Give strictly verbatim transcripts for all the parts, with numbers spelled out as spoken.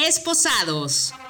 Esposados.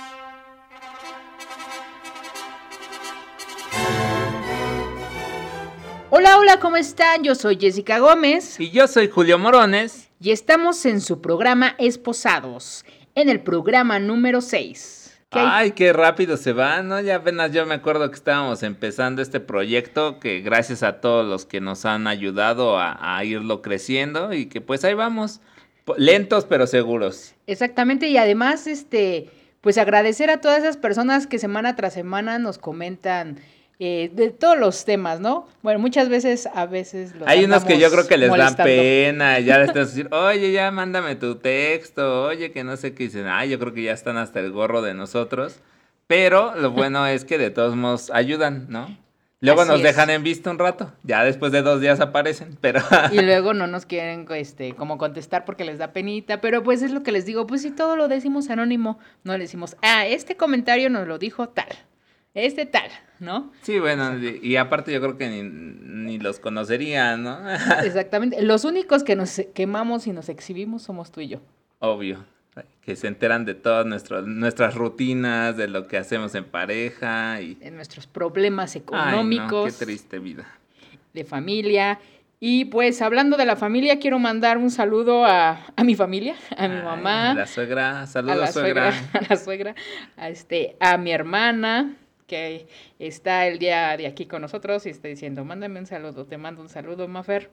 Hola, hola, ¿cómo están? Yo soy Jessica Gómez. Y yo soy Julio Morones. Y estamos en su programa Esposados, en el programa número seis. ¿Qué Ay, qué rápido se va, ¿no? Ya apenas yo me acuerdo que estábamos empezando este proyecto, que gracias a todos los que nos han ayudado a, a irlo creciendo y que pues ahí vamos, lentos pero seguros. Exactamente, y además, este, pues agradecer a todas esas personas que semana tras semana nos comentan Eh, de todos los temas, ¿no? Bueno, muchas veces, a veces los hay unos que yo creo que les molestando. dan pena, ya les estás decir, oye, ya mándame tu texto, oye, que no sé qué dicen, ay, yo creo que ya están hasta el gorro de nosotros, pero lo bueno es que de todos modos ayudan, ¿no? Luego Así nos es. dejan en visto un rato, ya después de dos días aparecen, pero... Y luego no nos quieren, este, como contestar porque les da penita, pero pues es lo que les digo, pues si todo lo decimos anónimo, no le decimos, ah, este comentario nos lo dijo tal, este tal, ¿no? Sí, bueno, y, y aparte yo creo que ni, ni los conocerían, ¿no? Exactamente, los únicos que nos quemamos y nos exhibimos somos tú y yo. Obvio, que se enteran de todas nuestras nuestras rutinas, de lo que hacemos en pareja y... de nuestros problemas económicos. Ay, no, qué triste vida. De familia. Y pues hablando de la familia, quiero mandar un saludo a, a mi familia, a mi Ay, mamá. A la suegra, saludos a la suegra. suegra. A la suegra, a, este, a mi hermana, que está el día de aquí con nosotros y está diciendo, mándame un saludo, te mando un saludo, Mafer.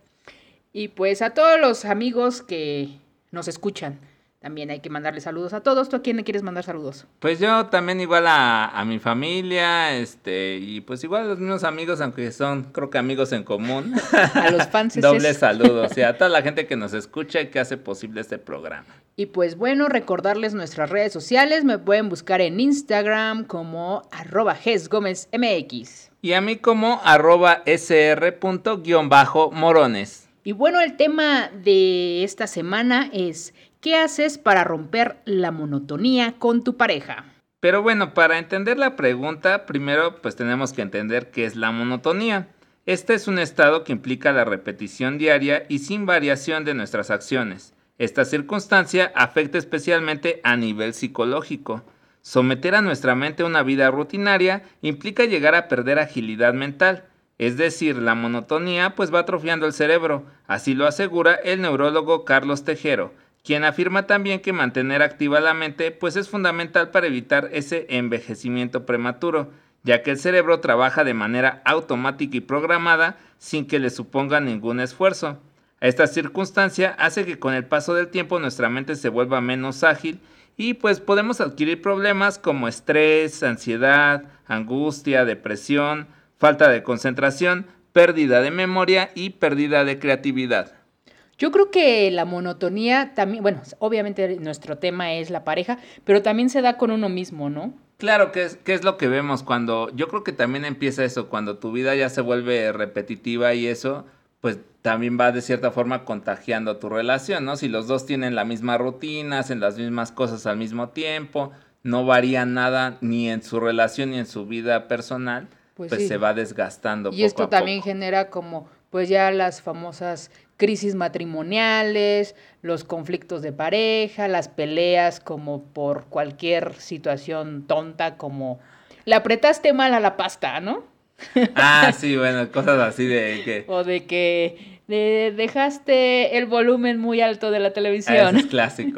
Y pues a todos los amigos que nos escuchan, también hay que mandarle saludos a todos. ¿Tú a quién le quieres mandar saludos? Pues yo también igual a, a mi familia, este, y pues igual a los mismos amigos, aunque son, creo que amigos en común. A los fans. Doble saludos, y a toda la gente que nos escucha y que hace posible este programa. Y pues bueno, recordarles nuestras redes sociales, me pueden buscar en Instagram como arroba gesgomezmx. Y a mí como arroba sr punto guión bajo morones. Y bueno, el tema de esta semana es, ¿qué haces para romper la monotonía con tu pareja? Pero bueno, para entender la pregunta, primero pues tenemos que entender qué es la monotonía. Este es un estado que implica la repetición diaria y sin variación de nuestras acciones. Esta circunstancia afecta especialmente a nivel psicológico. Someter a nuestra mente a una vida rutinaria implica llegar a perder agilidad mental. Es decir, la monotonía pues va atrofiando el cerebro, así lo asegura el neurólogo Carlos Tejero, quien afirma también que mantener activa la mente pues es fundamental para evitar ese envejecimiento prematuro, ya que el cerebro trabaja de manera automática y programada sin que le suponga ningún esfuerzo. Esta circunstancia hace que con el paso del tiempo nuestra mente se vuelva menos ágil y pues podemos adquirir problemas como estrés, ansiedad, angustia, depresión, falta de concentración, pérdida de memoria y pérdida de creatividad. Yo creo que la monotonía también, bueno, obviamente nuestro tema es la pareja, pero también se da con uno mismo, ¿no? Claro, que es, que es lo que vemos cuando, yo creo que también empieza eso, cuando tu vida ya se vuelve repetitiva y eso, pues también va de cierta forma contagiando tu relación, ¿no? Si los dos tienen la misma rutina, hacen las mismas cosas al mismo tiempo, no varía nada ni en su relación ni en su vida personal, pues, pues sí. Se va desgastando. Y poco esto a también poco. genera como, pues ya las famosas crisis matrimoniales, los conflictos de pareja, las peleas como por cualquier situación tonta, como le apretaste mal a la pasta, ¿no? Ah, sí, bueno, cosas así de que... O de que de, dejaste el volumen muy alto de la televisión. Ah, eso es clásico.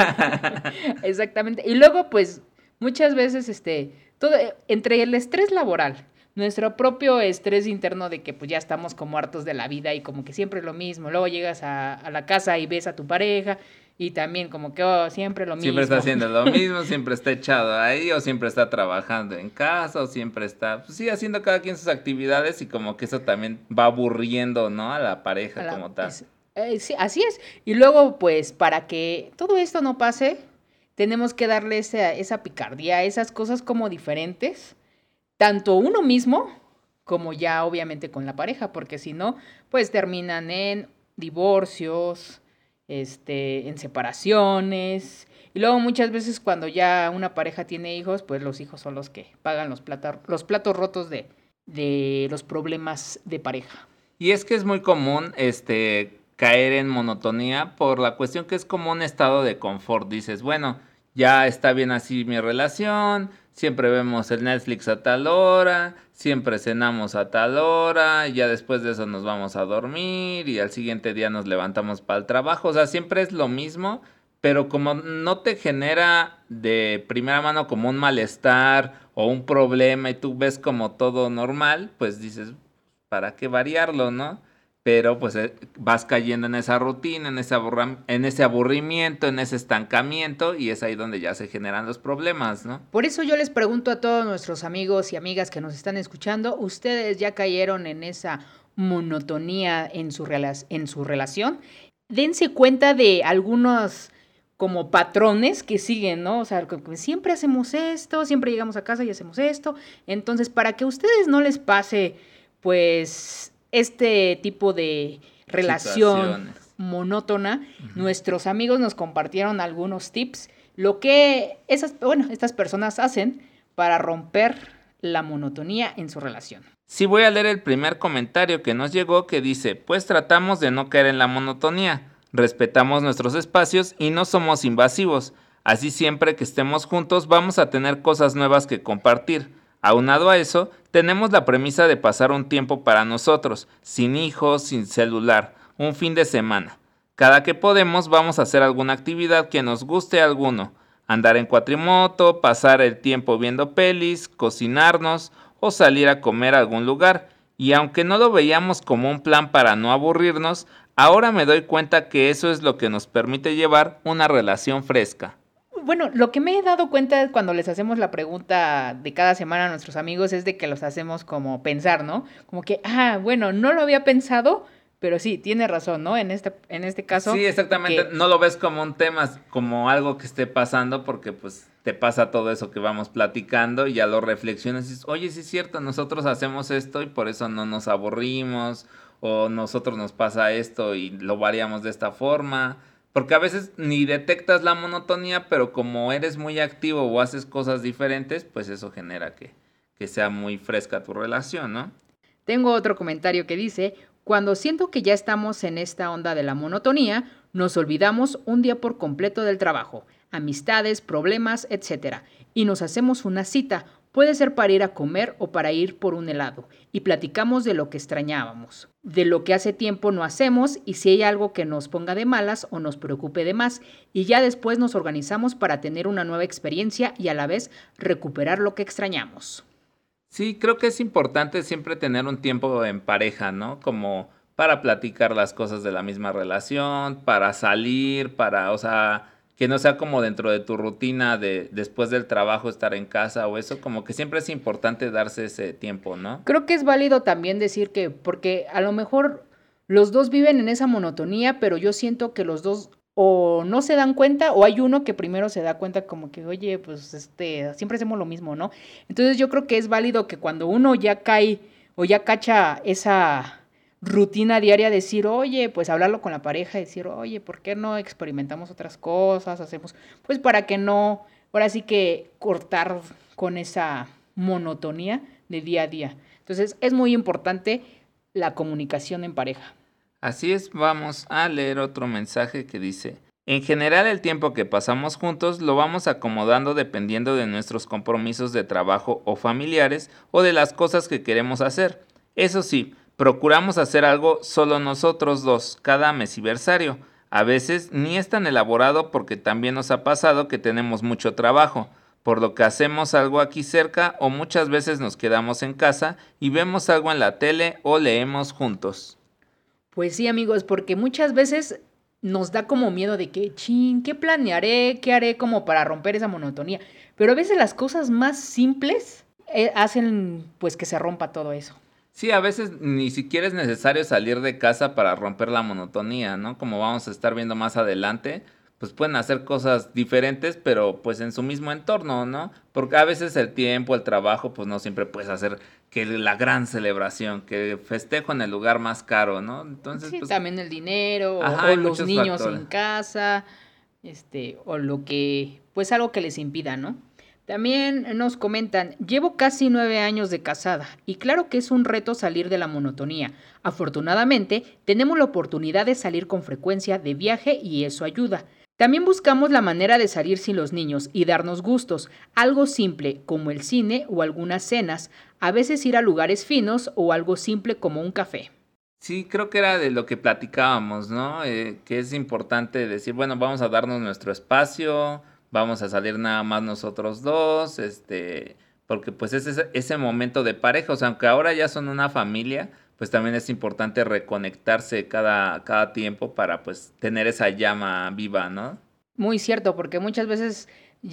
Exactamente. Y luego, pues, muchas veces, este, todo, entre el estrés laboral, nuestro propio estrés interno de que pues ya estamos como hartos de la vida y como que siempre lo mismo. Luego llegas a, a la casa y ves a tu pareja y también como que oh, siempre lo mismo. Siempre está haciendo lo mismo, siempre está echado ahí o siempre está trabajando en casa o siempre está, pues sí, haciendo cada quien sus actividades y como que eso también va aburriendo, ¿no? A la pareja a la, como tal. Es, eh, sí, así es. Y luego pues para que todo esto no pase, tenemos que darle esa, esa picardía, esas cosas como diferentes. Tanto uno mismo como ya obviamente con la pareja, porque si no, pues terminan en divorcios, este, en separaciones, y luego muchas veces cuando ya una pareja tiene hijos, pues los hijos son los que pagan los platos, los platos rotos de, de los problemas de pareja. Y es que es muy común este, caer en monotonía por la cuestión que es como un estado de confort. Dices, bueno, ya está bien así mi relación, siempre vemos el Netflix a tal hora, siempre cenamos a tal hora, y ya después de eso nos vamos a dormir y al siguiente día nos levantamos para el trabajo, o sea, siempre es lo mismo, pero como no te genera de primera mano como un malestar o un problema y tú ves como todo normal, pues dices, ¿para qué variarlo, no? Pero pues eh, vas cayendo en esa rutina, en ese, aburra- en ese aburrimiento, en ese estancamiento y es ahí donde ya se generan los problemas, ¿no? Por eso yo les pregunto a todos nuestros amigos y amigas que nos están escuchando, ¿ustedes ya cayeron en esa monotonía en su, rela- en su relación? Dense cuenta de algunos como patrones que siguen, ¿no? O sea, como que siempre hacemos esto, siempre llegamos a casa y hacemos esto. Entonces, para que a ustedes no les pase, pues, este tipo de relación Situaciones. monótona, Ujú. nuestros amigos nos compartieron algunos tips, lo que esas, bueno, estas personas hacen para romper la monotonía en su relación. Sí, voy a leer el primer comentario que nos llegó que dice, pues tratamos de no caer en la monotonía, respetamos nuestros espacios y no somos invasivos, así siempre que estemos juntos vamos a tener cosas nuevas que compartir. Aunado a eso, tenemos la premisa de pasar un tiempo para nosotros, sin hijos, sin celular, un fin de semana. Cada que podemos vamos a hacer alguna actividad que nos guste a alguno, andar en cuatrimoto, pasar el tiempo viendo pelis, cocinarnos o salir a comer a algún lugar, y aunque no lo veíamos como un plan para no aburrirnos, ahora me doy cuenta que eso es lo que nos permite llevar una relación fresca. Bueno, lo que me he dado cuenta cuando les hacemos la pregunta de cada semana a nuestros amigos es de que los hacemos como pensar, ¿no? Como que, ah, bueno, no lo había pensado, pero sí, tiene razón, ¿no? En este, en este caso, Sí, exactamente, que no lo ves como un tema, como algo que esté pasando, porque pues te pasa todo eso que vamos platicando y ya lo reflexionas y dices, oye, sí es cierto, nosotros hacemos esto y por eso no nos aburrimos, o nosotros nos pasa esto y lo variamos de esta forma, porque a veces ni detectas la monotonía, pero como eres muy activo o haces cosas diferentes, pues eso genera que, que sea muy fresca tu relación, ¿no? tengo otro comentario que dice, cuando siento que ya estamos en esta onda de la monotonía, nos olvidamos un día por completo del trabajo, amistades, problemas, etcétera, y nos hacemos una cita, puede ser para ir a comer o para ir por un helado, y platicamos de lo que extrañábamos, de lo que hace tiempo no hacemos y si hay algo que nos ponga de malas o nos preocupe de más, y ya después nos organizamos para tener una nueva experiencia y a la vez recuperar lo que extrañamos. Sí, creo que es importante siempre tener un tiempo en pareja, ¿no? Como para platicar las cosas de la misma relación, para salir, para, o sea, que no sea como dentro de tu rutina de después del trabajo estar en casa o eso, como que siempre es importante darse ese tiempo, ¿no? Creo que es válido también decir que, porque a lo mejor los dos viven en esa monotonía, pero yo siento que los dos o no se dan cuenta o hay uno que primero se da cuenta como que, oye, pues este, siempre hacemos lo mismo, ¿no? Entonces yo creo que es válido que cuando uno ya cae o ya cacha esa rutina diaria, decir, oye, pues hablarlo con la pareja, decir, oye, ¿por qué no experimentamos otras cosas? Hacemos, pues para que no, ahora sí que cortar con esa monotonía de día a día. Entonces es muy importante la comunicación en pareja. Así es, vamos a leer otro mensaje que dice, en general el tiempo que pasamos juntos lo vamos acomodando dependiendo de nuestros compromisos de trabajo o familiares o de las cosas que queremos hacer. Eso sí, procuramos hacer algo solo nosotros dos cada mesiversario. A veces ni es tan elaborado porque también nos ha pasado que tenemos mucho trabajo, por lo que hacemos algo aquí cerca o muchas veces nos quedamos en casa y vemos algo en la tele o leemos juntos. Pues sí, amigos, porque muchas veces nos da como miedo de que, chin, ¿qué planearé? ¿Qué haré como para romper esa monotonía? Pero a veces las cosas más simples eh, hacen pues que se rompa todo eso. Sí, a veces ni siquiera es necesario salir de casa para romper la monotonía, ¿no? Como vamos a estar viendo más adelante, pues pueden hacer cosas diferentes, pero pues en su mismo entorno, ¿no? Porque a veces el tiempo, el trabajo, pues no siempre puedes hacer que la gran celebración, que festejo en el lugar más caro, ¿no? Entonces, Sí, pues, también el dinero ajá, o, o hay los muchos niños factores. en casa, este, o lo que, pues algo que les impida, ¿no? También nos comentan, llevo casi nueve años de casada y claro que es un reto salir de la monotonía. Afortunadamente, tenemos la oportunidad de salir con frecuencia de viaje y eso ayuda. También buscamos la manera de salir sin los niños y darnos gustos, algo simple como el cine o algunas cenas, a veces ir a lugares finos o algo simple como un café. Sí, creo que era de lo que platicábamos, ¿no? Eh, que es importante decir, bueno, vamos a darnos nuestro espacio, vamos a salir nada más nosotros dos, este, porque pues es ese, ese momento de pareja, o sea, aunque ahora ya son una familia, pues también es importante reconectarse cada, cada tiempo para pues tener esa llama viva, ¿no? Muy cierto, porque muchas veces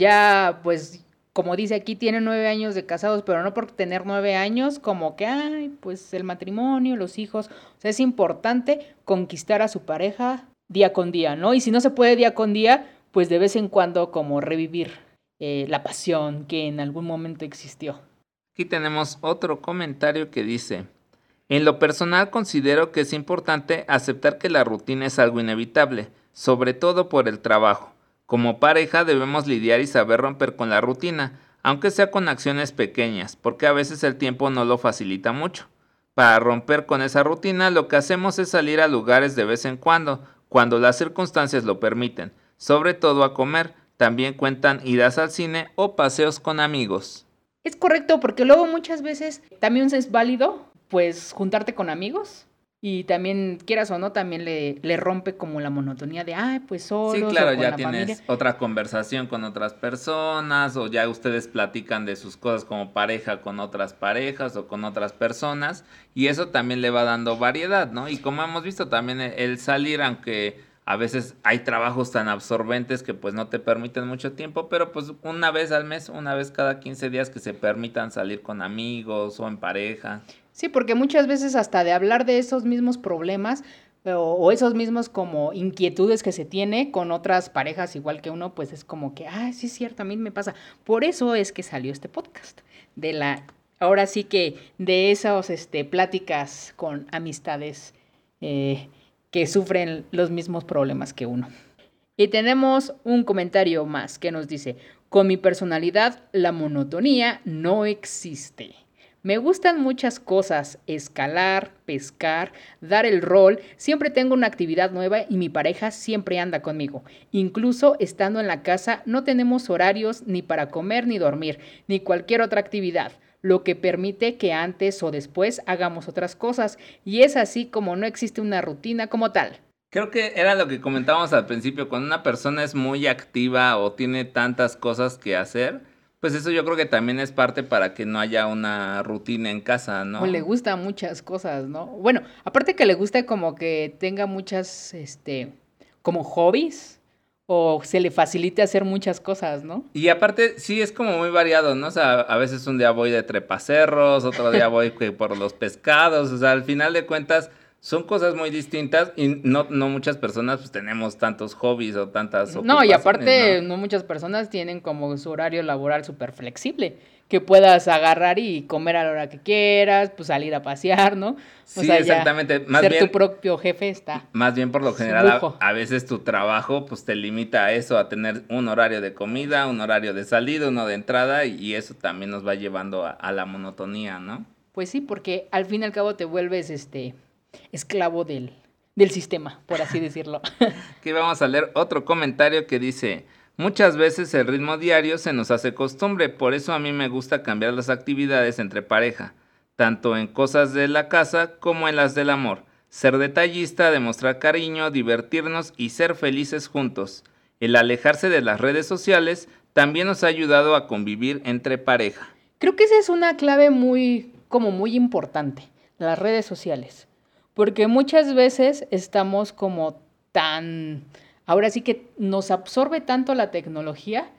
ya, pues, como dice aquí, tienen nueve años de casados, pero no por tener nueve años, como que, ay, pues el matrimonio, los hijos. O sea, es importante conquistar a su pareja día con día, ¿no? Y si no se puede día con día, pues de vez en cuando como revivir eh, la pasión que en algún momento existió. Aquí tenemos otro comentario que dice, en lo personal considero que es importante aceptar que la rutina es algo inevitable, sobre todo por el trabajo. Como pareja debemos lidiar y saber romper con la rutina, aunque sea con acciones pequeñas, porque a veces el tiempo no lo facilita mucho. Para romper con esa rutina lo que hacemos es salir a lugares de vez en cuando, cuando las circunstancias lo permiten, sobre todo a comer. También cuentan idas al cine o paseos con amigos. Es correcto, porque luego muchas veces también es válido, pues, juntarte con amigos. Y también, quieras o no, también le, le rompe como la monotonía de, ay, pues solos Sí, o claro, con ya la tienes familia. otra conversación con otras personas o ya ustedes platican de sus cosas como pareja con otras parejas o con otras personas y eso también le va dando variedad, ¿no? Y como hemos visto también el, el salir, aunque a veces hay trabajos tan absorbentes que pues no te permiten mucho tiempo, pero pues una vez al mes, una vez cada quince días que se permitan salir con amigos o en pareja. Sí, porque muchas veces hasta de hablar de esos mismos problemas o, o esos mismos como inquietudes que se tiene con otras parejas igual que uno, pues es como que, ah, sí es cierto, a mí me pasa. Por eso es que salió este podcast, de la, ahora sí que de esas este, pláticas con amistades eh, que sufren los mismos problemas que uno. Y tenemos un comentario más que nos dice, con mi personalidad, la monotonía no existe. Me gustan muchas cosas, escalar, pescar, dar el rol, siempre tengo una actividad nueva y mi pareja siempre anda conmigo. Incluso estando en la casa no tenemos horarios ni para comer ni dormir, ni cualquier otra actividad, lo que permite que antes o después hagamos otras cosas y es así como no existe una rutina como tal. Creo que era lo que comentábamos al principio, cuando una persona es muy activa o tiene tantas cosas que hacer, pues eso yo creo que también es parte para que no haya una rutina en casa, O le ¿no? gustan muchas cosas, ¿no? Bueno, aparte que le guste como que tenga muchas, este, como hobbies o se le facilite hacer muchas cosas, ¿no? Y aparte, sí, es como muy variado, ¿no? O sea, a veces un día voy de trepacerros, otro día voy que por los pescados, o sea, al final de cuentas son cosas muy distintas y no, no muchas personas pues tenemos tantos hobbies o tantas No, y ocupaciones, aparte, ¿no? no muchas personas tienen como su horario laboral súper flexible, que puedas agarrar y comer a la hora que quieras, pues salir a pasear, ¿no? O Sí, sea, ya exactamente. Más ser tu bien, propio jefe está, más bien por lo es un general, a, lujo. a veces tu trabajo pues te limita a eso, a tener un horario de comida, un horario de salida, uno de entrada y eso también nos va llevando a, a la monotonía, ¿no? Pues sí, porque al fin y al cabo te vuelves este esclavo del, del sistema, por así decirlo. Aquí vamos a leer otro comentario que dice, muchas veces el ritmo diario se nos hace costumbre, por eso a mí me gusta cambiar las actividades entre pareja, tanto en cosas de la casa como en las del amor. Ser detallista, demostrar cariño, divertirnos y ser felices juntos. El alejarse de las redes sociales también nos ha ayudado a convivir entre pareja. Creo que esa es una clave muy, como muy importante, las redes sociales. Porque muchas veces estamos como tan, ahora sí que nos absorbe tanto la tecnología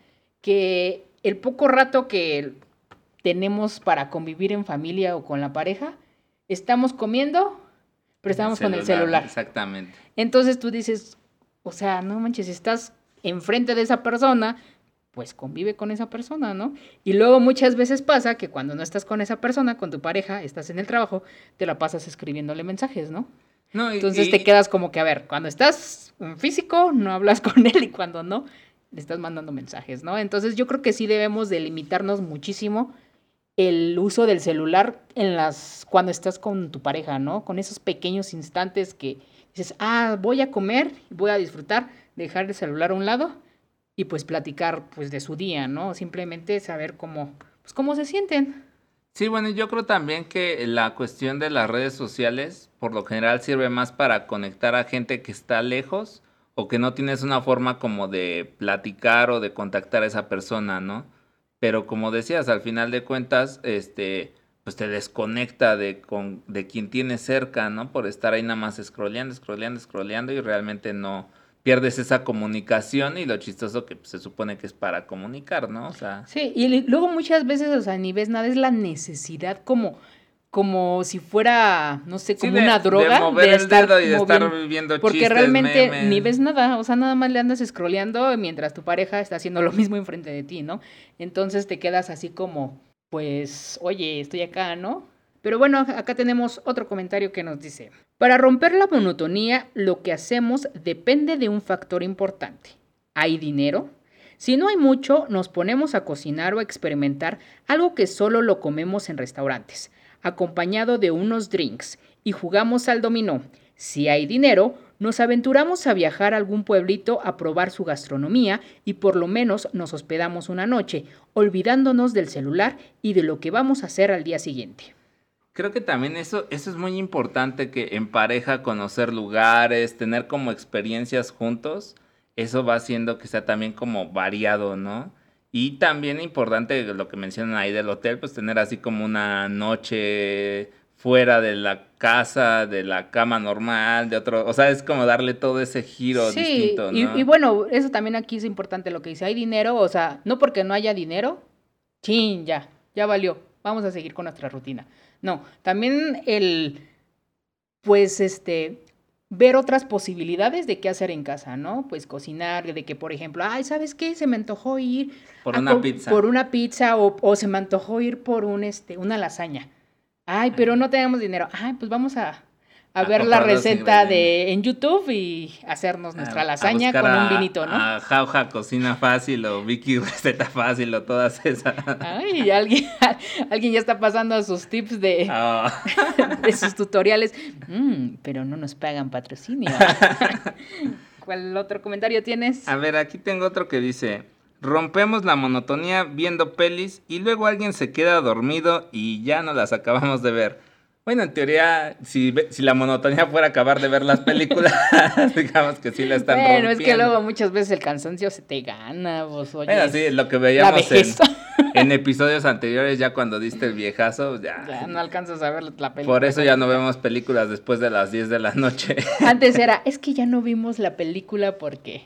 que el poco rato que tenemos para convivir en familia o con la pareja, estamos comiendo, pero En el estamos con el celular, celular. exactamente. Entonces tú dices, o sea, no manches, si estás enfrente de esa persona, pues convive con esa persona, ¿no? Y luego muchas veces pasa que cuando no estás con esa persona, con tu pareja, estás en el trabajo, te la pasas escribiéndole mensajes, ¿no? No, y, Entonces y- te quedas como que, a ver, cuando estás en físico, no hablas con él y cuando no, le estás mandando mensajes, ¿no? Entonces yo creo que sí debemos de limitarnos muchísimo el uso del celular en las cuando estás con tu pareja, ¿no? Con esos pequeños instantes que dices, ah, voy a comer, voy a disfrutar dejar el celular a un lado y pues platicar pues de su día, ¿no? Simplemente saber cómo, pues cómo se sienten. Sí, bueno, yo creo también que la cuestión de las redes sociales por lo general sirve más para conectar a gente que está lejos o que no tienes una forma como de platicar o de contactar a esa persona, ¿no? Pero como decías, al final de cuentas, este, pues te desconecta de, con, de quien tienes cerca, ¿no? Por estar ahí nada más scrolleando, scrolleando, scrolleando y realmente no pierdes esa comunicación y lo chistoso que pues, se supone que es para comunicar, ¿no? O sea, Sí, y li- luego muchas veces, o sea, ni ves nada, es la necesidad como, como si fuera, no sé, sí, como de, una de droga mover de el estar dedo y de estar moviendo, viendo porque chistes, realmente ni memes. ves nada, o sea, nada más le andas scrolleando mientras tu pareja está haciendo lo mismo enfrente de ti, ¿no? Entonces te quedas así como, pues, oye, estoy acá, ¿no? Pero bueno, acá tenemos otro comentario que nos dice, para romper la monotonía, lo que hacemos depende de un factor importante. ¿Hay dinero? Si no hay mucho, nos ponemos a cocinar o a experimentar algo que solo lo comemos en restaurantes, acompañado de unos drinks, y jugamos al dominó. Si hay dinero, nos aventuramos a viajar a algún pueblito a probar su gastronomía y por lo menos nos hospedamos una noche, olvidándonos del celular y de lo que vamos a hacer al día siguiente. Creo que también eso, eso es muy importante que en pareja conocer lugares, tener como experiencias juntos, eso va haciendo que sea también como variado, ¿no? Y también importante lo que mencionan ahí del hotel, pues tener así como una noche fuera de la casa, de la cama normal, de otro, o sea, es como darle todo ese giro Sí, distinto, y, y ¿no? bueno, eso también aquí es importante lo que dice, hay dinero, o sea, no porque no haya dinero, chin, ya, ya valió, vamos a seguir con nuestra rutina. No, también el, pues, este, ver otras posibilidades de qué hacer en casa, ¿no? Pues cocinar, de que, por ejemplo, ay, ¿sabes qué? Se me antojó ir Por a una co- pizza. por una pizza o, o se me antojó ir por un, este, una lasaña. Ay, pero no tenemos dinero. Ay, pues vamos a, a A ver la comprar los receta ingredientes. de en YouTube y hacernos nuestra A, a lasaña buscar con un a, vinito, ¿no? a Jauja Cocina Fácil o Vicky Receta Fácil o todas esas. Ay, alguien, alguien ya está pasando a sus tips de, Ah. de sus tutoriales. Mm, pero no nos pagan patrocinio. ¿Cuál otro comentario tienes? A ver, aquí tengo otro que dice, rompemos la monotonía viendo pelis y luego alguien se queda dormido y ya no las acabamos de ver. Bueno, en teoría, si, ve- si la monotonía fuera acabar de ver las películas, digamos que sí la están Bueno, es que rompiendo. luego muchas veces el cansancio se te gana, vos Bueno, oyes. sí, lo que La veíamos en, vejez. en episodios anteriores, ya cuando diste el viejazo, ya. Ya no alcanzas a ver la película. Por eso ya no completa. vemos películas después de las diez de la noche. Antes era, es que ya no vimos la película porque...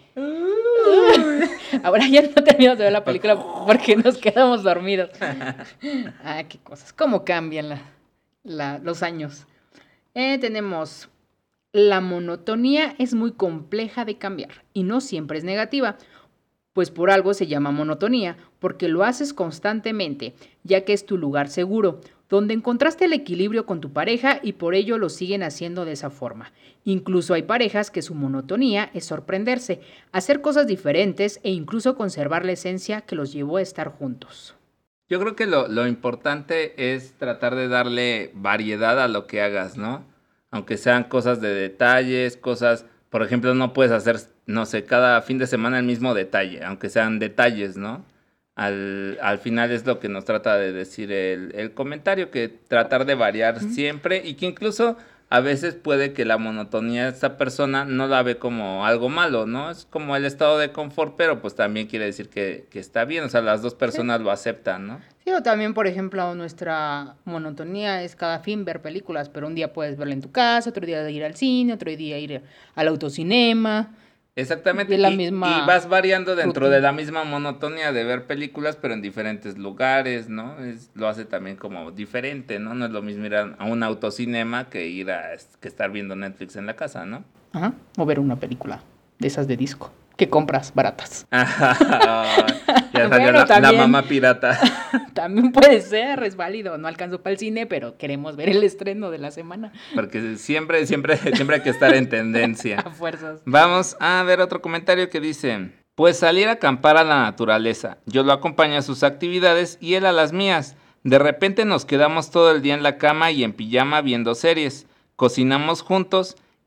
Ahora ya no terminamos de ver la película porque nos quedamos dormidos. Ah, qué cosas. ¿Cómo cambian la, la- los años? Eh, tenemos, la monotonía es muy compleja de cambiar y no siempre es negativa, pues por algo se llama monotonía, porque lo haces constantemente, ya que es tu lugar seguro, donde encontraste el equilibrio con tu pareja y por ello lo siguen haciendo de esa forma. Incluso hay parejas que su monotonía es sorprenderse, hacer cosas diferentes e incluso conservar la esencia que los llevó a estar juntos. Yo creo que lo, lo importante es tratar de darle variedad a lo que hagas, ¿no? Aunque sean cosas de detalles, cosas, por ejemplo, no puedes hacer, no sé, cada fin de semana el mismo detalle, aunque sean detalles, ¿no? Al, al final es lo que nos trata de decir el, el comentario, que tratar de variar Ujú. siempre y que incluso a veces puede que la monotonía de esta persona no la ve como algo malo, ¿no? Es como el estado de confort, pero pues también quiere decir que, que está bien, o sea, las dos Sí. personas lo aceptan, ¿no? Sí, o también, por ejemplo, nuestra monotonía es cada fin ver películas, pero un día puedes verla en tu casa, otro día ir al cine, otro día ir al autocinema. Exactamente, Y es la y, misma y vas variando dentro rutina. de la misma monotonía de ver películas, pero en diferentes lugares, ¿no? Es, lo hace también como diferente, ¿no? No es lo mismo ir a, a un autocinema que ir a es- que estar viendo Netflix en la casa, ¿no? Ajá. O ver una película de esas de disco que compras baratas. Ya salió Bueno, la, la también. mamá pirata. También puede ser, es válido. No alcanzo para el cine, pero queremos ver el estreno de la semana. Porque siempre, siempre, siempre hay que estar en tendencia. A fuerzas. Vamos a ver otro comentario que dice, pues salir a acampar a la naturaleza. Yo lo acompaño a sus actividades y él a las mías. De repente nos quedamos todo el día en la cama y en pijama viendo series. Cocinamos juntos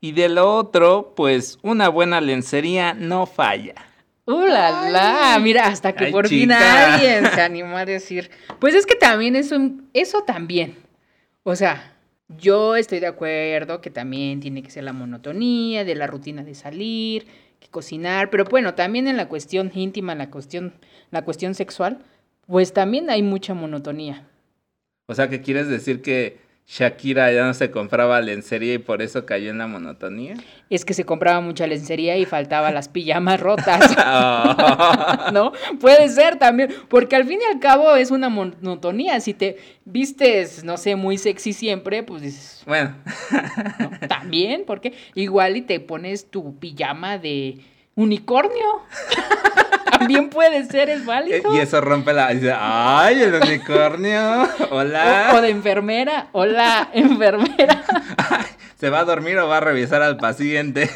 Y de lo otro, pues una buena lencería no falla. ¡Uh, la, la! Mira, hasta que Ay, por fin chica. alguien se animó a decir. Pues es que también eso, eso también. O sea, yo estoy de acuerdo que también tiene que ser la monotonía de la rutina de salir, que cocinar, pero bueno, también en la cuestión íntima, la cuestión, la cuestión sexual, pues también hay mucha monotonía. O sea, ¿qué quieres decir que Shakira ya no se compraba lencería y por eso cayó en la monotonía? Es que se compraba mucha lencería y faltaba las pijamas rotas. Oh. ¿No? Puede ser también, porque al fin y al cabo es una monotonía. Si te vistes, no sé, muy sexy siempre, pues dices, Bueno, ¿no? También, porque igual y te pones tu pijama de unicornio. También puede ser, es válido. y eso rompe la... dice, ¡ay, el unicornio! ¡Hola! O, o de enfermera. Hola, enfermera. Ay, ¿se va a dormir o va a revisar al paciente?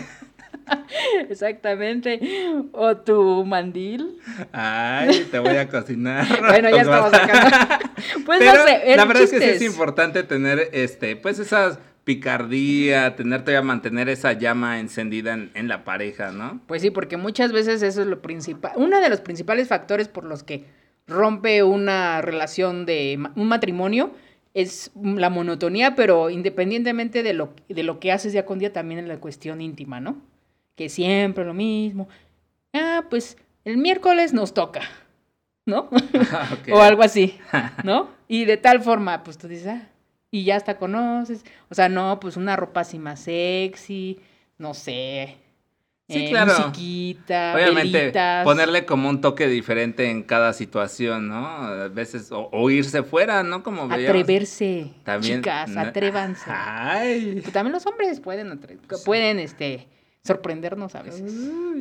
Exactamente. O tu mandil. Ay, te voy a cocinar. Bueno, ya Os vas- estamos sacando. Pues Pero no sé, la el verdad es que chiste sí es importante tener, este, pues esa picardía, tener todavía mantener esa llama encendida en, en la pareja, ¿no? Pues sí, porque muchas veces eso es lo principal, uno de los principales factores por los que rompe una relación de ma- un matrimonio es la monotonía, pero independientemente de lo, de lo que haces día con día, también en la cuestión íntima, ¿no? Que siempre lo mismo. Ah, pues el miércoles nos toca, ¿no? Ok. O algo así, ¿no? Y de tal forma, pues tú dices, ah, y ya hasta conoces. O sea, no, pues una ropa así más sexy, no sé. Sí, eh, claro. musiquita, Obviamente, velitas. ponerle como un toque diferente en cada situación, ¿no? A veces, o, o irse fuera, ¿no? Como veíamos. Atreverse, También, chicas, ¿no? atrévanse. Ay. Que también los hombres pueden, atre- pueden, este, sorprendernos a veces.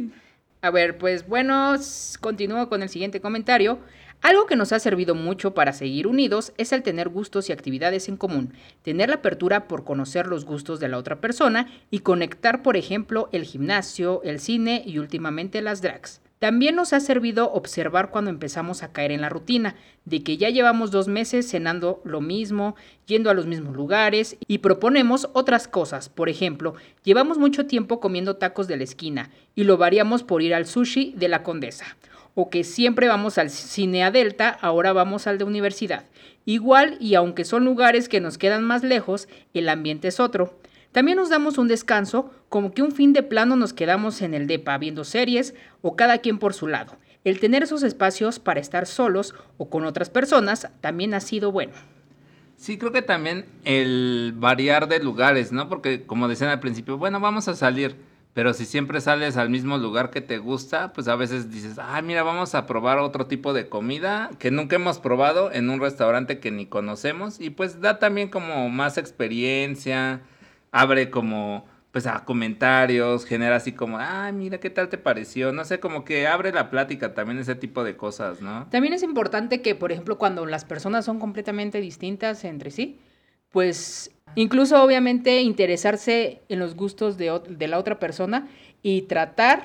A ver, pues bueno, s- continúo con el siguiente comentario. Algo que nos ha servido mucho para seguir unidos es el tener gustos y actividades en común, tener la apertura por conocer los gustos de la otra persona y conectar, por ejemplo, el gimnasio, el cine y últimamente las drags. También nos ha servido observar cuando empezamos a caer en la rutina, de que ya llevamos dos meses cenando lo mismo, yendo a los mismos lugares y proponemos otras cosas. Por ejemplo, llevamos mucho tiempo comiendo tacos de la esquina y lo variamos por ir al sushi de la Condesa. O que siempre vamos al cine a Delta, ahora vamos al de universidad. Igual, y aunque son lugares que nos quedan más lejos, el ambiente es otro. También nos damos un descanso, como que un fin de plano nos quedamos en el depa viendo series o cada quien por su lado. El tener esos espacios para estar solos o con otras personas también ha sido bueno. Sí, creo que también el variar de lugares, ¿no? Porque como decían al principio, bueno, vamos a salir, pero si siempre sales al mismo lugar que te gusta, pues a veces dices, ay, mira, vamos a probar otro tipo de comida que nunca hemos probado en un restaurante que ni conocemos y pues da también como más experiencia, abre como pues a comentarios, genera así como, ay, mira, ¿qué tal te pareció? No sé, como que abre la plática también ese tipo de cosas, ¿no? También es importante que, por ejemplo, cuando las personas son completamente distintas entre sí, pues incluso obviamente interesarse en los gustos de, ot- de la otra persona y tratar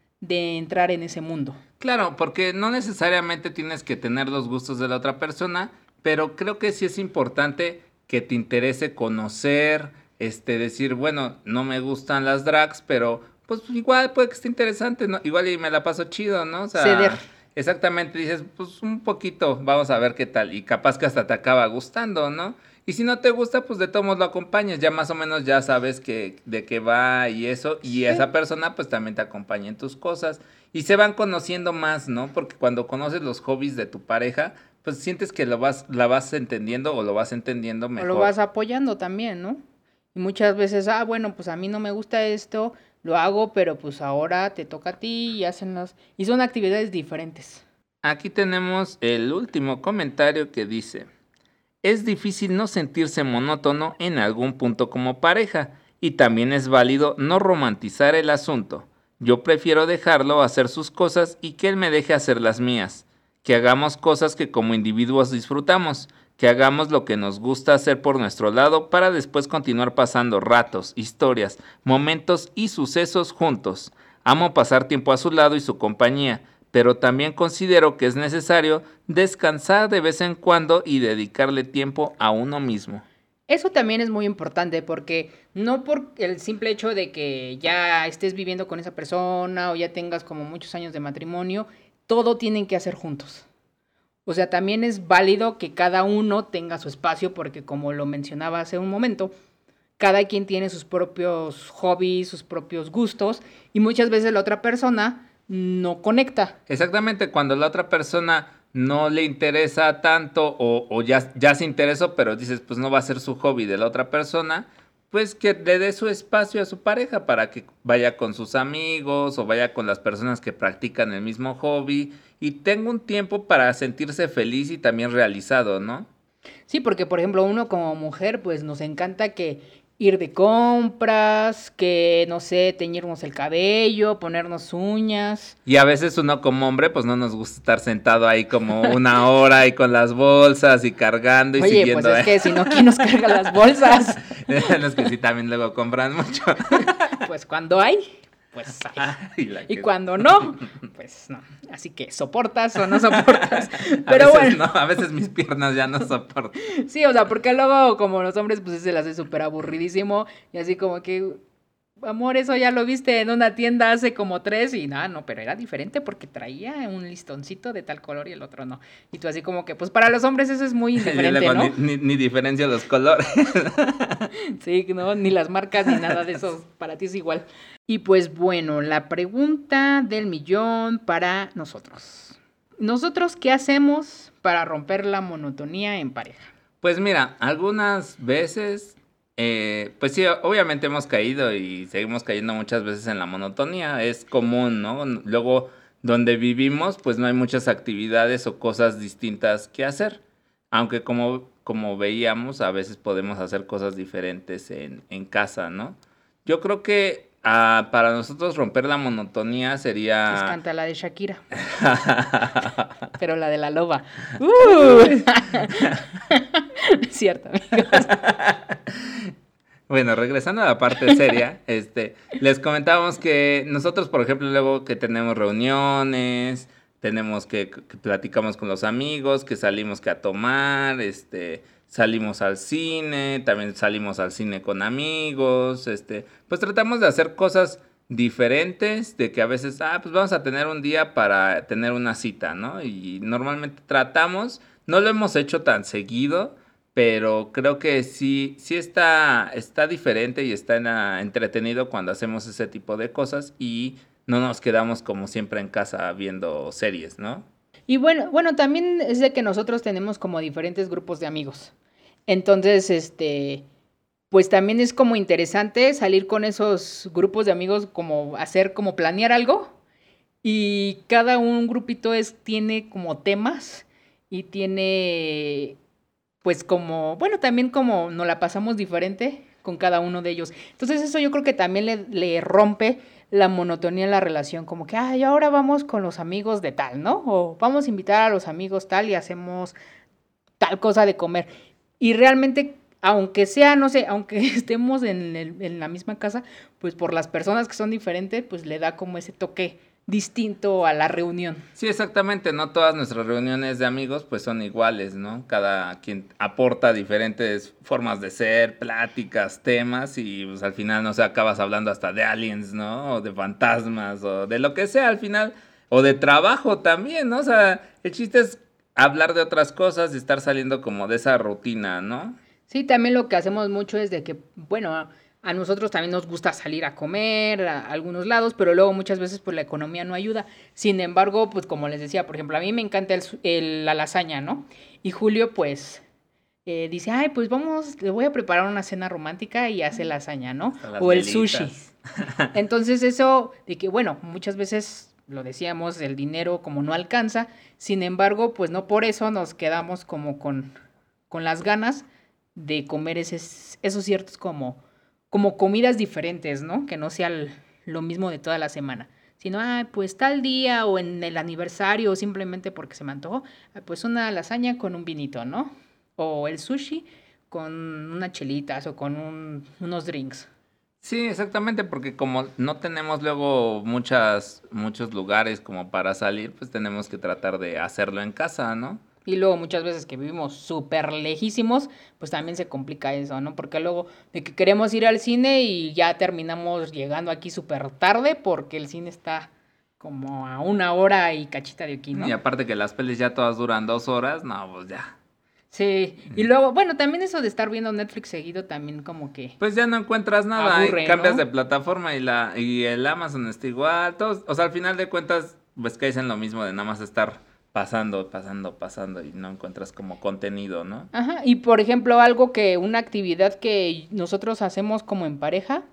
de entrar en ese mundo. Claro, porque no necesariamente tienes que tener los gustos de la otra persona, pero creo que sí es importante que te interese conocer, este, decir, bueno, no me gustan las drags, pero pues igual puede que esté interesante, ¿no? Igual y me la paso chido, ¿no? O sea, Ceder. exactamente, dices, pues un poquito, vamos a ver qué tal, y capaz que hasta te acaba gustando, ¿no? Y si no te gusta, pues de todos modos lo acompañas, ya más o menos ya sabes que, de qué va y eso, y Sí. esa persona pues también te acompaña en tus cosas, y se van conociendo más, ¿no? Porque cuando conoces los hobbies de tu pareja, pues sientes que lo vas, la vas entendiendo o lo vas entendiendo mejor. O lo vas apoyando también, ¿no? Y muchas veces, ah, bueno, pues a mí no me gusta esto, lo hago, pero pues ahora te toca a ti y hacen las... Y son actividades diferentes. Aquí tenemos el último comentario que dice, es difícil no sentirse monótono en algún punto como pareja y también es válido no romantizar el asunto. Yo prefiero dejarlo hacer sus cosas y que él me deje hacer las mías. Que hagamos cosas que como individuos disfrutamos, que hagamos lo que nos gusta hacer por nuestro lado para después continuar pasando ratos, historias, momentos y sucesos juntos. Amo pasar tiempo a su lado y su compañía, pero también considero que es necesario descansar de vez en cuando y dedicarle tiempo a uno mismo. Eso también es muy importante porque no por el simple hecho de que ya estés viviendo con esa persona o ya tengas como muchos años de matrimonio, todo tienen que hacer juntos. O sea, también es válido que cada uno tenga su espacio porque como lo mencionaba hace un momento, cada quien tiene sus propios hobbies, sus propios gustos y muchas veces la otra persona no conecta. Exactamente, cuando la otra persona no le interesa tanto o, o ya, ya se interesó, pero dices, pues no va a ser su hobby de la otra persona, pues que le dé su espacio a su pareja para que vaya con sus amigos o vaya con las personas que practican el mismo hobby y tenga un tiempo para sentirse feliz y también realizado, ¿no? Sí, porque por ejemplo uno como mujer pues nos encanta que ir de compras, que no sé, teñirnos el cabello, ponernos uñas. Y a veces uno como hombre pues no nos gusta estar sentado ahí como una hora y con las bolsas y cargando y Oye, siguiendo. pues es que si no, ¿quién nos carga las bolsas? Los que sí también luego compran mucho. Pues cuando hay, pues hay. y, la Y que... cuando no, pues no. Así que soportas o no soportas. a Pero veces bueno. no, a veces mis piernas ya no soportan. Sí, o sea, porque luego como los hombres pues se les hace súper aburridísimo y así como que, amor, eso ya lo viste en una tienda hace como tres y nada, no, pero era diferente porque traía un listoncito de tal color y el otro no. Y tú así como que, pues para los hombres eso es muy indiferente, luego ¿no? Ni, ni, ni diferencia los colores. Sí, no, ni las marcas ni nada de eso, para ti es igual. Y pues bueno, la pregunta del millón para nosotros. ¿Nosotros qué hacemos para romper la monotonía en pareja? Pues mira, algunas veces, eh, pues sí, obviamente hemos caído y seguimos cayendo muchas veces en la monotonía, es común, ¿no? Luego, donde vivimos, pues no hay muchas actividades o cosas distintas que hacer, aunque como, como veíamos, a veces podemos hacer cosas diferentes en, en casa, ¿no? Yo creo que ah, para nosotros romper la monotonía Pues sería... canta la de Shakira. Pero la de la loba. Uh. Es cierto, amigos. Bueno, regresando a la parte seria, este, les comentábamos que nosotros, por ejemplo, luego que tenemos reuniones, tenemos que, que platicamos con los amigos, que salimos que a tomar, este, salimos al cine, también salimos al cine con amigos, este, pues tratamos de hacer cosas diferentes, de que a veces, ah, pues vamos a tener un día para tener una cita, ¿no? Y normalmente tratamos, no lo hemos hecho tan seguido, pero creo que sí, sí está, está diferente y está en, ah, entretenido cuando hacemos ese tipo de cosas y no nos quedamos como siempre en casa viendo series, ¿no? Y bueno, bueno, también es de que nosotros tenemos como diferentes grupos de amigos. Entonces, este, pues también es como interesante salir con esos grupos de amigos, como hacer, como planear algo. Y cada un grupito es, tiene como temas y tiene, pues como, bueno, también como nos la pasamos diferente con cada uno de ellos. Entonces eso yo creo que también le, le rompe la monotonía en la relación, como que, ay, ahora vamos con los amigos de tal, ¿no? O vamos a invitar a los amigos tal y hacemos tal cosa de comer. Y realmente, aunque sea, no sé, aunque estemos en, el, en la misma casa, pues por las personas que son diferentes, pues le da como ese toque distinto a la reunión. Sí, exactamente, no todas nuestras reuniones de amigos pues son iguales, ¿no? Cada quien aporta diferentes formas de ser, pláticas, temas y pues al final, no sé, acabas hablando hasta de aliens, ¿no? O de fantasmas o de lo que sea al final, o de trabajo también, ¿no? O sea, el chiste es hablar de otras cosas y estar saliendo como de esa rutina, ¿no? Sí, también lo que hacemos mucho es de que, bueno, a, a nosotros también nos gusta salir a comer a, a algunos lados, pero luego muchas veces pues la economía no ayuda. Sin embargo, pues como les decía, por ejemplo, a mí me encanta el, su- el- la lasaña, ¿no? Y Julio pues eh, dice, ay, pues vamos, le voy a preparar una cena romántica y hace lasaña, ¿no? A las O el sushi. velitas. Entonces eso de que, bueno, muchas veces lo decíamos, el dinero como no alcanza, sin embargo, pues no por eso nos quedamos como con, con las ganas de comer esos, esos ciertos como, como comidas diferentes, ¿no? Que no sea el- lo mismo de toda la semana, sino, ah, pues tal día o en el aniversario o simplemente porque se me antojó, ah, pues una lasaña con un vinito, ¿no? O el sushi con unas chelitas o con un- unos drinks. Sí, exactamente, porque como no tenemos luego muchas, muchos lugares como para salir, pues tenemos que tratar de hacerlo en casa, ¿no? Y luego muchas veces que vivimos súper lejísimos, pues también se complica eso, ¿no? Porque luego de que queremos ir al cine y ya terminamos llegando aquí súper tarde porque el cine está como a una hora y cachita de aquí, ¿no? Y aparte que las pelis ya todas duran dos horas, no, pues ya. Sí, y luego, bueno, también eso de estar viendo Netflix seguido también como que... Pues ya no encuentras nada, aburre, y cambias ¿no? de plataforma y la y el Amazon está igual, todos, o sea, al final de cuentas, pues que dicen lo mismo de nada más estar pasando, pasando, pasando y no encuentras como contenido, ¿no? Ajá, y por ejemplo, algo que, una actividad que nosotros hacemos como en pareja,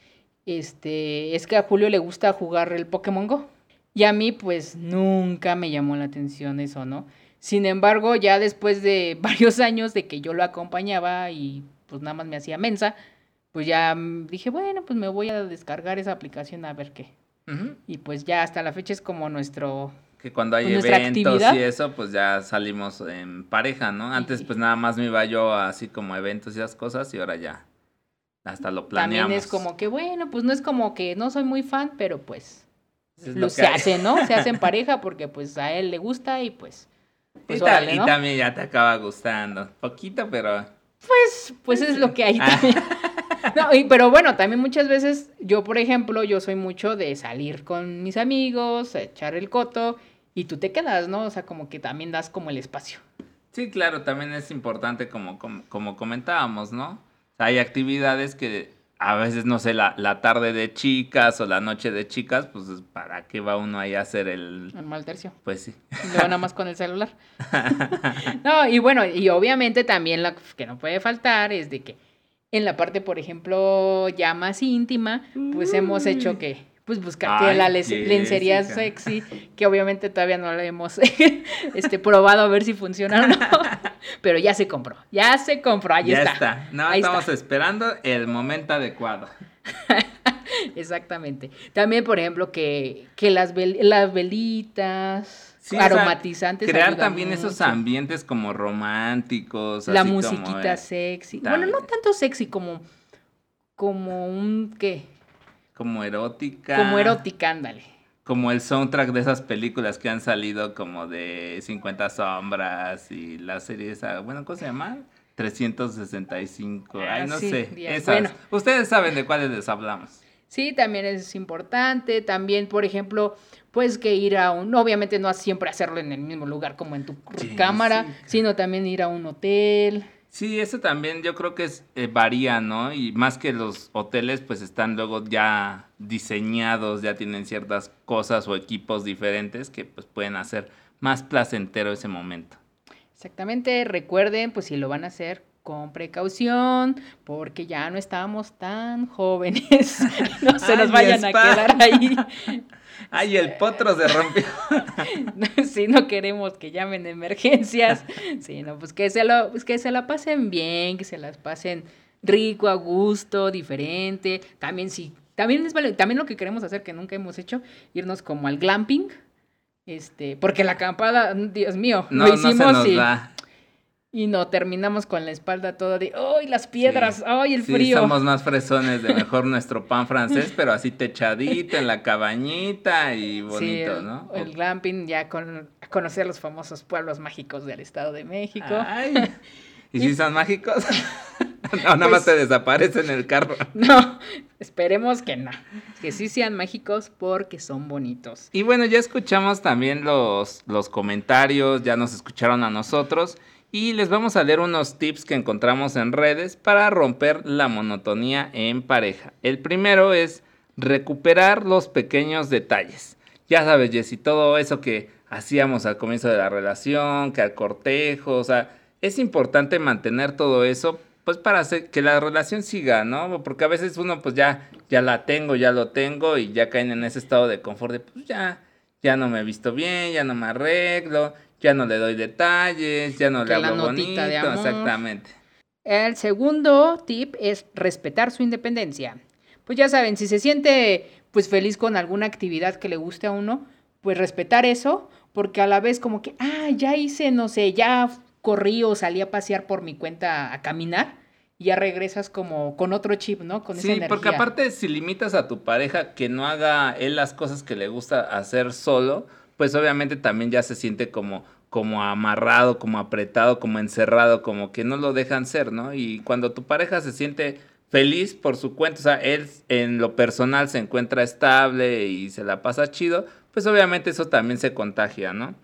este, es que a Julio le gusta jugar el Pokémon Go. Y a mí, pues, nunca me llamó la atención eso, ¿no? Sin embargo, ya después de varios años de que yo lo acompañaba y pues nada más me hacía mensa, pues ya mm, dije, bueno, pues me voy a descargar esa aplicación a ver qué. Ujú. Y pues ya hasta la fecha es como nuestro... Que cuando hay Pues nuestra eventos actividad. y eso, pues ya salimos en pareja, ¿no? Antes Y- pues nada más me iba yo a así como a eventos y esas cosas y ahora ya hasta lo planeamos. También es como que, bueno, pues no es como que no soy muy fan, pero pues Es lo, lo que se hay. hace, ¿no? Se hace en pareja porque pues a él le gusta y pues, pues y, ta- órale, y ¿no? también ya te acaba gustando. Poquito, pero... Pues, pues es lo que hay Ah. también. No, y- pero bueno, también muchas veces yo, por ejemplo, yo soy mucho de salir con mis amigos, echar el coto y tú te quedas, ¿no? O sea, como que también das como el espacio. Sí, claro, también es importante como, como, como comentábamos, ¿no? O sea, hay actividades que a veces, no sé, la, la tarde de chicas o la noche de chicas, pues ¿para qué va uno ahí a hacer el...? El mal tercio. Pues sí. Y luego nada más con el celular. No, y bueno, y obviamente también lo que no puede faltar es de que en la parte, por ejemplo, ya más íntima, pues hemos hecho que, pues buscar que Ay, la les- lencería Jessica. sexy, que obviamente todavía no la hemos este, probado a ver si funciona o no, pero ya se compró, ya se compró, ahí ya está. está. No, Ahí estamos está. esperando el momento adecuado. Exactamente. También, por ejemplo, que, que las, vel- las velitas Sí, o sea, aromatizantes. crear ayudan también esos mucho. ambientes como románticos. La así como, musiquita eh, sexy. también. Bueno, no tanto sexy como, como un, ¿qué? Como erótica. Como erótica, ándale. Como el soundtrack de esas películas que han salido como de cincuenta sombras y la serie esa, bueno, ¿cómo se llama? trescientos sesenta y cinco, Ah, ay, no sí, sé, días. esas. Bueno. Ustedes saben de cuáles les hablamos. Sí, también es importante. También, por ejemplo, pues que ir a un, obviamente no siempre hacerlo en el mismo lugar como en tu Sí, cámara, sí. sino también ir a un hotel. Sí, eso también yo creo que es, eh, varía, ¿no? Y más que los hoteles, pues están luego ya diseñados, ya tienen ciertas cosas o equipos diferentes que pues pueden hacer más placentero ese momento. Exactamente, recuerden, pues si lo van a hacer con precaución, porque ya no estamos tan jóvenes, no se Ay, nos mi vayan a espada. quedar ahí. Ay, el potro se rompió. Si no queremos que llamen de emergencias, sí, no, pues que se lo, pues que se la pasen bien, que se las pasen rico, a gusto, diferente. También sí, también es vale- también lo que queremos hacer que nunca hemos hecho, irnos como al glamping, este, porque la acampada, Dios mío, No, lo no se hicimos nos y, da. y no terminamos con la espalda toda de, ¡ay, las piedras! Sí. ¡Ay, el Sí, frío! somos más fresones de mejor nuestro pan francés, pero así techadito en la cabañita y Sí, bonito, el, ¿no? el glamping, ya con conocer los famosos pueblos mágicos del Estado de México. Ay. ¿Y si son mágicos? No, nada más Pues- te desaparece en el carro. No, esperemos que no. Que sí sean mágicos porque son bonitos. Y bueno, ya escuchamos también los, los comentarios, ya nos escucharon a nosotros y les vamos a leer unos tips que encontramos en redes para romper la monotonía en pareja. El primero es recuperar los pequeños detalles. Ya sabes, Jessy, todo eso que hacíamos al comienzo de la relación, que al cortejo, o sea, es importante mantener todo eso, pues para hacer que la relación siga, ¿no? Porque a veces uno pues ya, ya la tengo, ya lo tengo y ya caen en ese estado de confort de pues ya, ya no me he visto bien, ya no me arreglo, ya no le doy detalles, ya no Que le la hablo notita bonito, de amor. exactamente. El segundo tip es respetar su independencia. Pues ya saben, si se siente pues feliz con alguna actividad que le guste a uno, pues respetar eso, porque a la vez como que, ah, ya hice, no sé, ya corrí o salí a pasear por mi cuenta a caminar, y ya regresas como con otro chip, ¿no? Con esa Sí, energía. porque aparte si limitas a tu pareja que no haga él las cosas que le gusta hacer solo, pues obviamente también ya se siente como como amarrado, como apretado, como encerrado, como que no lo dejan ser, ¿no? Y cuando tu pareja se siente feliz por su cuenta, o sea, él en lo personal se encuentra estable y se la pasa chido, pues obviamente eso también se contagia, ¿no?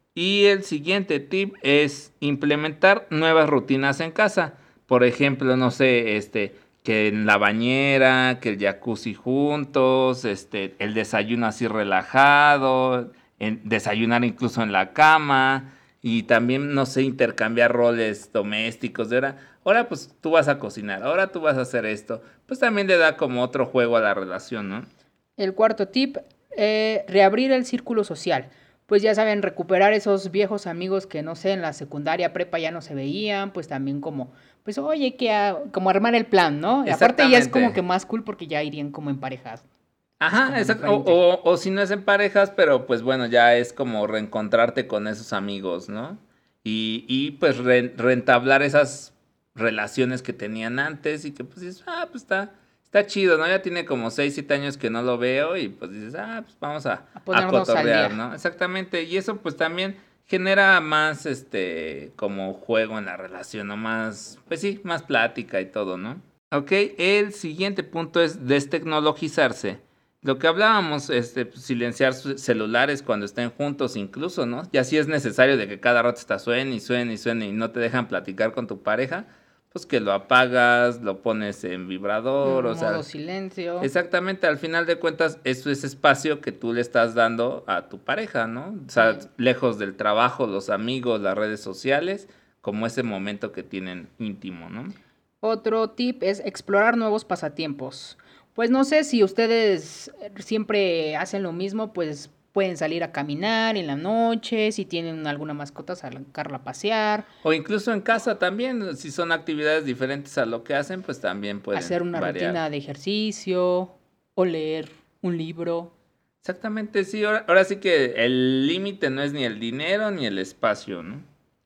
Y el siguiente tip es implementar nuevas rutinas en casa. Por ejemplo, no sé, este, que en la bañera, que el jacuzzi juntos, este, el desayuno así relajado, en- desayunar incluso en la cama y también, no sé, intercambiar roles domésticos. De ahora, ahora pues tú vas a cocinar, ahora tú vas a hacer esto. Pues también le da como otro juego a la relación, ¿no? El cuarto tip, eh, reabrir el círculo social. Pues ya saben, recuperar esos viejos amigos que no sé, en la secundaria, prepa ya no se veían, pues también como, pues oye, que a- como armar el plan, ¿no? Y aparte ya es como que Exactamente. más cool porque ya irían como en parejas. Es Ajá, como exacto. O, diferente. o, o si no es en parejas, pero pues bueno, ya es como reencontrarte con esos amigos, ¿no? Y, y pues re- reentablar esas relaciones que tenían antes y que pues dices, ah, pues está, está chido, ¿no? Ya tiene como seis siete años que no lo veo y pues dices, ah, pues vamos a, A a ponernos al cotorrear, día. ¿no? Exactamente. Y eso pues también genera más, este, como juego en la relación, ¿no? Más, pues sí, más plática y todo, ¿no? Ok, el siguiente punto es destecnologizarse. Lo que hablábamos, este, pues, silenciar sus celulares cuando estén juntos incluso, ¿no? Ya si es necesario de que cada rato está suene y suene y suene y no te dejan platicar con tu pareja, pues que lo apagas, lo pones en vibrador, o Modo sea, silencio. exactamente, al final de cuentas, eso es espacio que tú le estás dando a tu pareja, ¿no? O sea, Mm. lejos del trabajo, los amigos, las redes sociales, como ese momento que tienen íntimo, ¿no? Otro tip es explorar nuevos pasatiempos. Pues no sé si ustedes siempre hacen lo mismo, pues pueden salir a caminar en la noche, si tienen alguna mascota, sacarla a pasear, O incluso en casa también, si son actividades diferentes a lo que hacen, pues también pueden hacer una variar. rutina de ejercicio o leer un libro. Exactamente, sí, ahora, ahora sí que el límite no es ni el dinero ni el espacio, ¿no?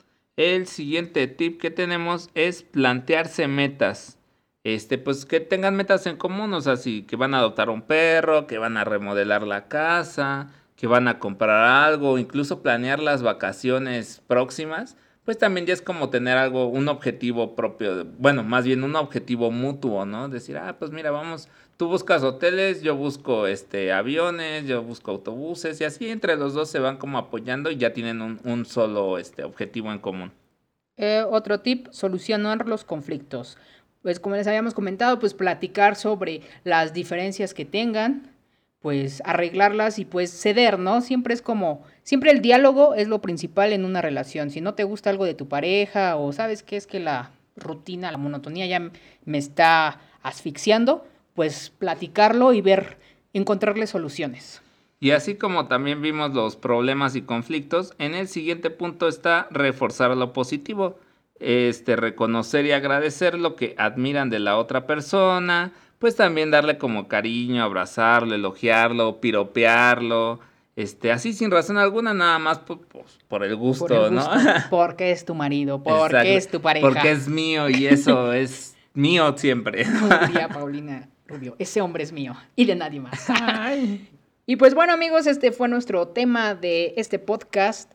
El siguiente tip que tenemos es plantearse metas. Este, pues que tengan metas en común, o sea, si que van a adoptar un perro, que van a remodelar la casa, que van a comprar algo, incluso planear las vacaciones próximas, pues también ya es como tener algo, un objetivo propio, de- bueno, más bien un objetivo mutuo, ¿no? Decir, ah, pues mira, vamos, tú buscas hoteles, yo busco este aviones, yo busco autobuses, y así entre los dos se van como apoyando y ya tienen un, un solo este objetivo en común. Eh, otro tip, solucionar los conflictos. Pues como les habíamos comentado, pues platicar sobre las diferencias que tengan, pues arreglarlas y pues ceder, ¿no? Siempre es como, siempre el diálogo es lo principal en una relación. Si no te gusta algo de tu pareja o sabes que es que la rutina, la monotonía ya m- me está asfixiando, pues platicarlo y ver, encontrarle soluciones. Y así como también vimos los problemas y conflictos, en el siguiente punto está reforzar lo positivo. Este, reconocer y agradecer lo que admiran de la otra persona, pues también darle como cariño, abrazarlo, elogiarlo, piropearlo, este, así sin razón alguna, nada más por, pues, por el Por el gusto, ¿no? gusto, porque es tu marido, porque Exacto, es tu porque pareja. es mío y eso es mío siempre. Como diría Paulina Rubio, ese hombre es mío y de nadie más. Ay. Y pues bueno amigos, este fue nuestro tema de este podcast,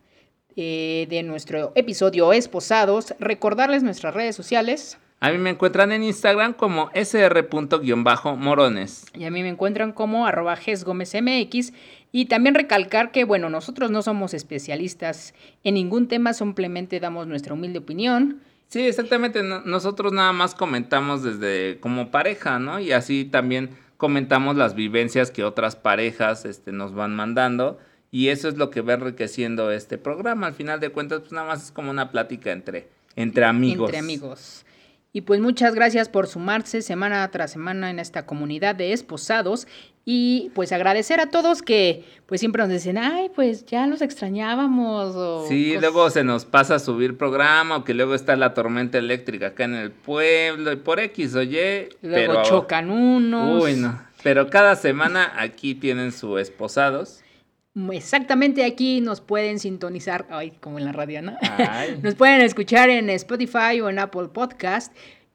eh, de nuestro episodio Esposados. Recordarles nuestras redes sociales. A mí me encuentran en Instagram como sr.morones. Y a mí me encuentran como arroba gesgomezmx. Y también recalcar que, bueno, nosotros no somos especialistas en ningún tema, simplemente damos nuestra humilde opinión. Sí, exactamente. no- nosotros nada más comentamos desde como pareja, ¿no? Y así también comentamos las vivencias que otras parejas este, nos van mandando. Y eso es lo que va enriqueciendo este programa. Al final de cuentas, pues nada más es como una plática entre, entre Entre amigos. amigos. Y pues muchas gracias por sumarse semana tras semana en esta comunidad de esposados y pues agradecer a todos que pues siempre nos dicen, ay, pues ya los extrañábamos o Sí, luego cos- se nos pasa a subir programa o que luego está la tormenta eléctrica acá en el pueblo y por X o Y, luego pero... chocan Uy, unos. no. Pero cada semana aquí tienen su esposados. Exactamente aquí nos pueden sintonizar, ay, como en la radio, ¿no? Ay. Nos pueden escuchar en Spotify o en Apple Podcast.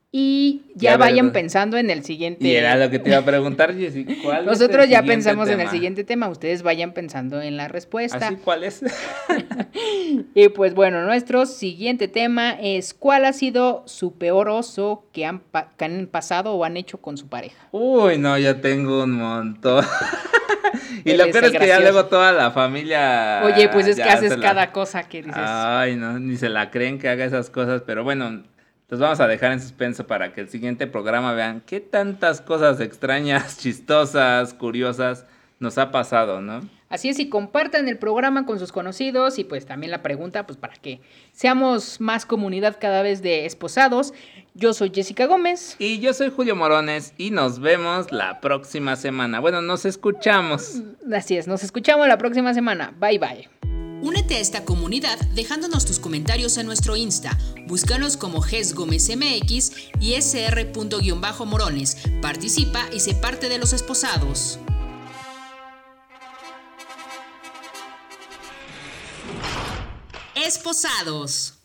Y ya, Ya, vayan ¿verdad? pensando en el siguiente. Y era lo que te iba a preguntar, Jessy. ¿Cuál Nosotros es el ya siguiente pensamos en el tema? siguiente tema. Ustedes vayan pensando en la respuesta. ¿Así cuál es? Y pues bueno, nuestro siguiente tema es: ¿cuál ha sido su peor oso que han, pa- que han pasado o han hecho con su pareja? Uy, no, ya tengo un montón. Y Él lo es peor el es que ya gracioso. luego toda la familia. Oye, pues es que ya haces se la- cada cosa que dices. Ay, no, ni se la creen que haga esas cosas, pero bueno, los vamos a dejar en suspenso para que el siguiente programa vean qué tantas cosas extrañas, chistosas, curiosas nos ha pasado, ¿no? Así es, y compartan el programa con sus conocidos y pues también la pregunta, pues para que seamos más comunidad cada vez de esposados. Yo soy Jessica Gómez. Y yo soy Julio Morones y nos vemos la próxima semana. Bueno, nos escuchamos. Así es, nos escuchamos la próxima semana. Bye bye. Únete a esta comunidad dejándonos tus comentarios en nuestro Insta. Búscanos como Ges Gómez M X y sr.morones. Participa y sé parte de los esposados. Esposados.